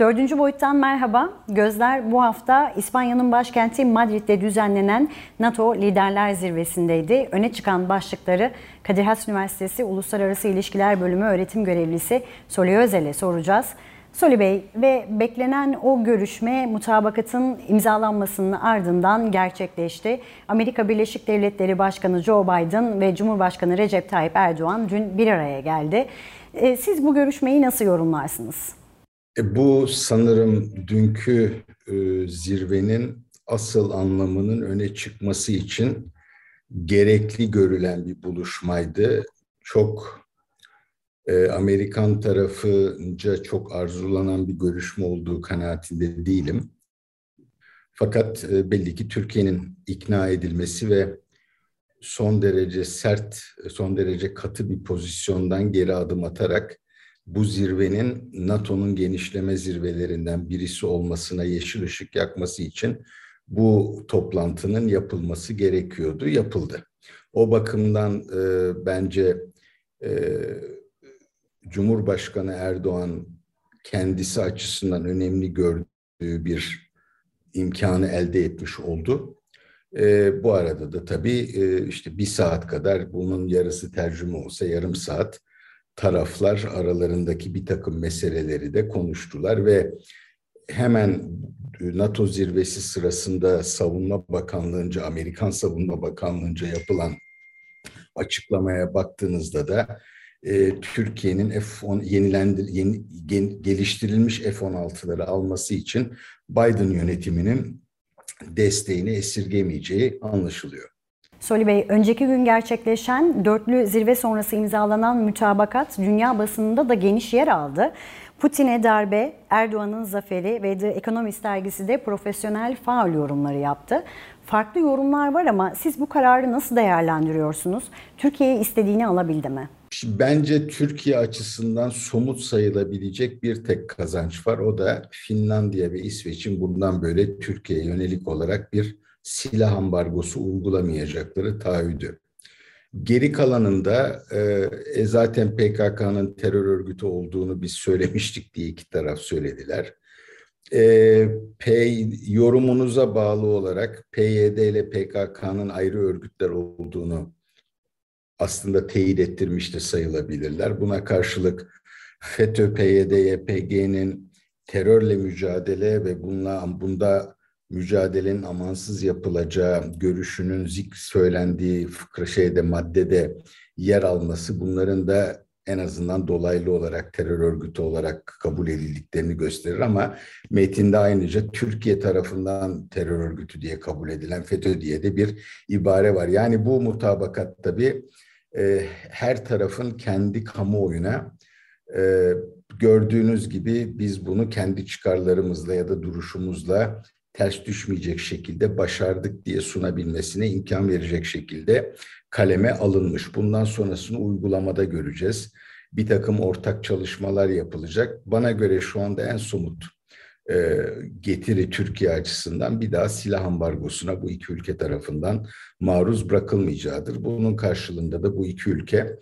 Dördüncü boyuttan merhaba. Gözler bu hafta İspanya'nın başkenti Madrid'de düzenlenen NATO Liderler Zirvesi'ndeydi. Öne çıkan başlıkları Kadir Has Üniversitesi Uluslararası İlişkiler Bölümü öğretim görevlisi Soli Özel'e soracağız. Soli Bey, ve beklenen o görüşme mutabakatın imzalanmasının ardından gerçekleşti. Amerika Birleşik Devletleri Başkanı Joe Biden ve Cumhurbaşkanı Recep Tayyip Erdoğan dün bir araya geldi. Siz bu görüşmeyi nasıl yorumlarsınız? Bu sanırım dünkü zirvenin asıl anlamının öne çıkması için gerekli görülen bir buluşmaydı. Çok Amerikan tarafınca çok arzulanan bir görüşme olduğu kanaatinde değilim. Fakat belli ki Türkiye'nin ikna edilmesi ve son derece sert, son derece katı bir pozisyondan geri adım atarak bu zirvenin NATO'nun genişleme zirvelerinden birisi olmasına yeşil ışık yakması için bu toplantının yapılması gerekiyordu, yapıldı. O bakımdan bence Cumhurbaşkanı Erdoğan kendisi açısından önemli gördüğü bir imkanı elde etmiş oldu. Bu arada da tabii işte bir saat kadar, bunun yarısı tercüme olsa yarım saat, taraflar aralarındaki bir takım meseleleri de konuştular ve hemen NATO zirvesi sırasında Savunma Bakanlığı'nca, Amerikan Savunma Bakanlığı'nca yapılan açıklamaya baktığınızda da Türkiye'nin geliştirilmiş F-16'ları alması için Biden yönetiminin desteğini esirgemeyeceği anlaşılıyor. Soli Bey, önceki gün gerçekleşen dörtlü zirve sonrası imzalanan mütabakat dünya basınında da geniş yer aldı. Putin'e darbe, Erdoğan'ın zaferi ve The Economist dergisi de profesyonel faul yorumları yaptı. Farklı yorumlar var ama siz bu kararı nasıl değerlendiriyorsunuz? Türkiye istediğini alabildi mi? Bence Türkiye açısından somut sayılabilecek bir tek kazanç var. O da Finlandiya ve İsveç'in bundan böyle Türkiye'ye yönelik olarak bir silah ambargosu uygulamayacakları taahhüdü. Geri kalanında zaten PKK'nın terör örgütü olduğunu biz söylemiştik diye iki taraf söylediler. Yorumunuza bağlı olarak PYD ile PKK'nın ayrı örgütler olduğunu aslında teyit ettirmiş de sayılabilirler. Buna karşılık FETÖ, PYD, YPG'nin terörle mücadele ve bunda mücadelenin amansız yapılacağı görüşünün söylendiği maddede yer alması, bunların da en azından dolaylı olarak terör örgütü olarak kabul edildiklerini gösterir ama metinde ayrıca Türkiye tarafından terör örgütü diye kabul edilen FETÖ diye de bir ibare var. Yani bu mutabakat tabii her tarafın kendi kamuoyuna gördüğünüz gibi biz bunu kendi çıkarlarımızla ya da duruşumuzla ters düşmeyecek şekilde başardık diye sunabilmesine imkan verecek şekilde kaleme alınmış. Bundan sonrasını uygulamada göreceğiz. Bir takım ortak çalışmalar yapılacak. Bana göre şu anda en somut getiri Türkiye açısından bir daha silah ambargosuna bu iki ülke tarafından maruz bırakılmayacağıdır. Bunun karşılığında da bu iki ülke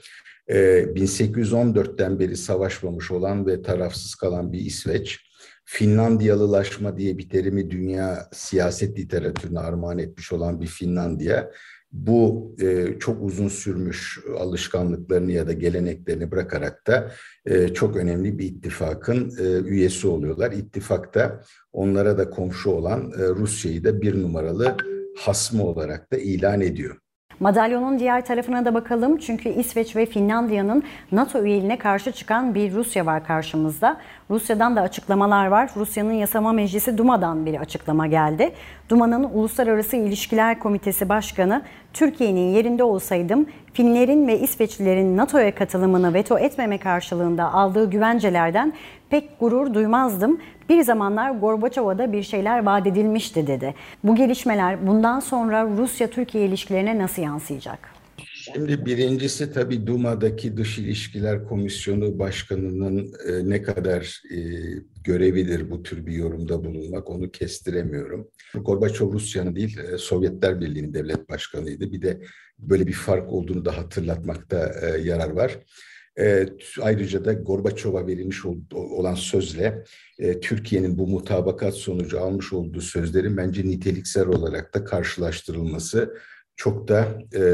1814'ten beri savaşmamış olan ve tarafsız kalan bir İsveç, Finlandiyalılaşma diye bir terimi dünya siyaset literatürüne armağan etmiş olan bir Finlandiya, bu çok uzun sürmüş alışkanlıklarını ya da geleneklerini bırakarak da çok önemli bir ittifakın üyesi oluyorlar. İttifakta onlara da komşu olan Rusya'yı da bir numaralı hasmı olarak da ilan ediyor. Madalyonun diğer tarafına da bakalım, çünkü İsveç ve Finlandiya'nın NATO üyeliğine karşı çıkan bir Rusya var karşımızda. Rusya'dan da açıklamalar var. Rusya'nın Yasama Meclisi Duma'dan bir açıklama geldi. Duma'nın Uluslararası İlişkiler Komitesi Başkanı, Türkiye'nin yerinde olsaydım Finlerin ve İsveçlilerin NATO'ya katılımını veto etmeme karşılığında aldığı güvencelerden pek gurur duymazdım. Bir zamanlar Gorbaçov'a da bir şeyler vaat edilmişti dedi. Bu gelişmeler bundan sonra Rusya-Türkiye ilişkilerine nasıl yansıyacak? Şimdi birincisi tabii Duma'daki Dış İlişkiler Komisyonu Başkanı'nın ne kadar görevidir bu tür bir yorumda bulunmak, onu kestiremiyorum. Gorbaçov Rusya'nın değil, Sovyetler Birliği'nin devlet başkanıydı. Bir de böyle bir fark olduğunu da hatırlatmakta yarar var. Ayrıca da Gorbaçov'a verilmiş olan sözle Türkiye'nin bu mutabakat sonucu almış olduğu sözlerin bence niteliksel olarak da karşılaştırılması çok da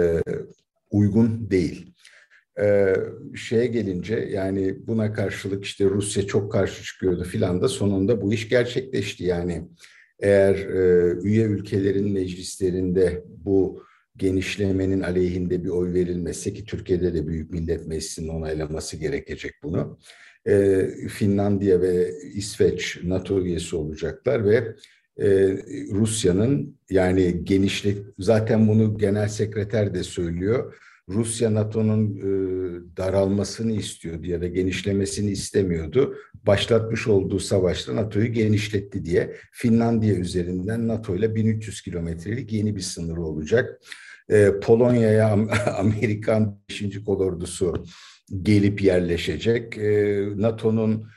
uygun değil. Şeye gelince yani buna karşılık işte Rusya çok karşı çıkıyordu filan da sonunda bu iş gerçekleşti. Yani eğer üye ülkelerin meclislerinde bu genişlemenin aleyhinde bir oy verilmezse ki Türkiye'de de Büyük Millet Meclisi'nin onaylaması gerekecek bunu. Finlandiya ve İsveç NATO üyesi olacaklar ve Rusya'nın yani zaten bunu genel sekreter de söylüyor. Rusya NATO'nun daralmasını istiyordu ya da genişlemesini istemiyordu. Başlatmış olduğu savaşta NATO'yu genişletti diye Finlandiya üzerinden NATO ile 1300 kilometrelik yeni bir sınırı olacak. Polonya'ya Amerikan 5. Kolordusu gelip yerleşecek. NATO'nun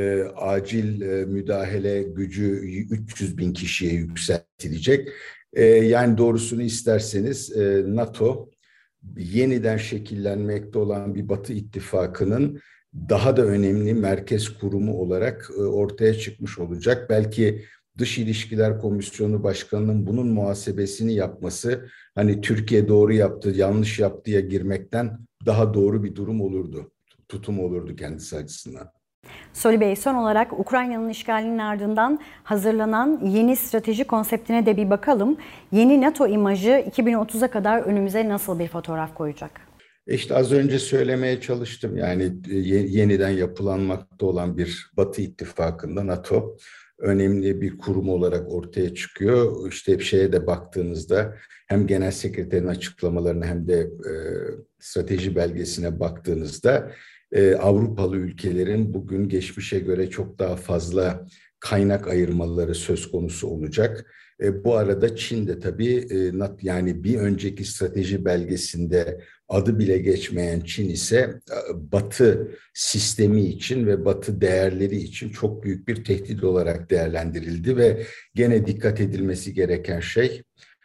acil müdahale gücü 300 bin kişiye yükseltilecek. Yani doğrusunu isterseniz NATO yeniden şekillenmekte olan bir Batı ittifakının daha da önemli merkez kurumu olarak ortaya çıkmış olacak. Belki Dış İlişkiler Komisyonu Başkanı'nın bunun muhasebesini yapması hani Türkiye doğru yaptı, yanlış yaptıya girmekten daha doğru bir durum olurdu. Tutum olurdu kendisi açısından. Soli Bey, son olarak Ukrayna'nın işgalinin ardından hazırlanan yeni strateji konseptine de bir bakalım. Yeni NATO imajı 2030'a kadar önümüze nasıl bir fotoğraf koyacak? İşte az önce söylemeye çalıştım. Yani yeniden yapılanmakta olan bir Batı ittifakında NATO önemli bir kurum olarak ortaya çıkıyor. İşte şeye de baktığınızda hem genel sekreterin açıklamalarına hem de strateji belgesine baktığınızda Avrupalı ülkelerin bugün geçmişe göre çok daha fazla kaynak ayırmaları söz konusu olacak. Bu arada Çin de tabii yani bir önceki strateji belgesinde adı bile geçmeyen Çin ise Batı sistemi için ve Batı değerleri için çok büyük bir tehdit olarak değerlendirildi ve gene dikkat edilmesi gereken şey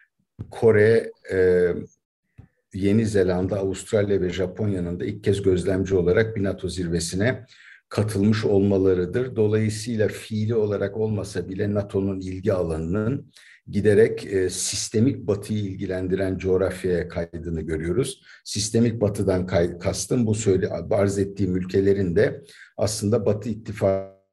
Kore, Yeni Zelanda, Avustralya ve Japonya'nın da ilk kez gözlemci olarak bir NATO zirvesine katılmış olmalarıdır. Dolayısıyla fiili olarak olmasa bile NATO'nun ilgi alanının giderek sistemik Batı'yı ilgilendiren coğrafyaya kaydığını görüyoruz. Sistemik Batı'dan kastım bu arz ettiğim ülkelerin de aslında Batı İttifakı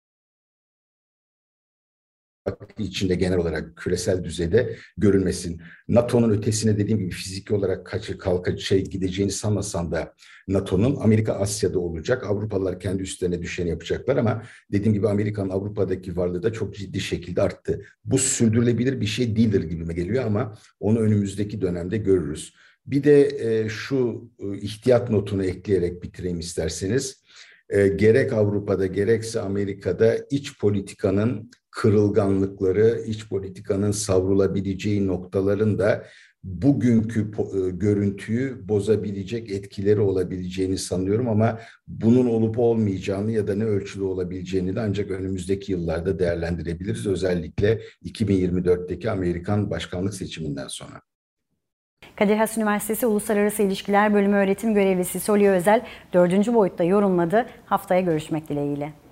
içinde genel olarak küresel düzeyde görülmesin. NATO'nun ötesine dediğim gibi fiziki olarak gideceğini sanmasam da NATO'nun Amerika Asya'da olacak. Avrupalılar kendi üstlerine düşeni yapacaklar ama dediğim gibi Amerika'nın Avrupa'daki varlığı da çok ciddi şekilde arttı. Bu sürdürülebilir bir şey değildir gibime geliyor ama onu önümüzdeki dönemde görürüz. Bir de şu ihtiyat notunu ekleyerek bitireyim isterseniz. Gerek Avrupa'da gerekse Amerika'da iç politikanın kırılganlıkları, iç politikanın savrulabileceği noktaların da bugünkü görüntüyü bozabilecek etkileri olabileceğini sanıyorum ama bunun olup olmayacağını ya da ne ölçüde olabileceğini de ancak önümüzdeki yıllarda değerlendirebiliriz. Özellikle 2024'teki Amerikan başkanlık seçiminden sonra. Kadir Has Üniversitesi Uluslararası İlişkiler Bölümü öğretim görevlisi Soli Özel 4. boyutta yorumladı. Haftaya görüşmek dileğiyle.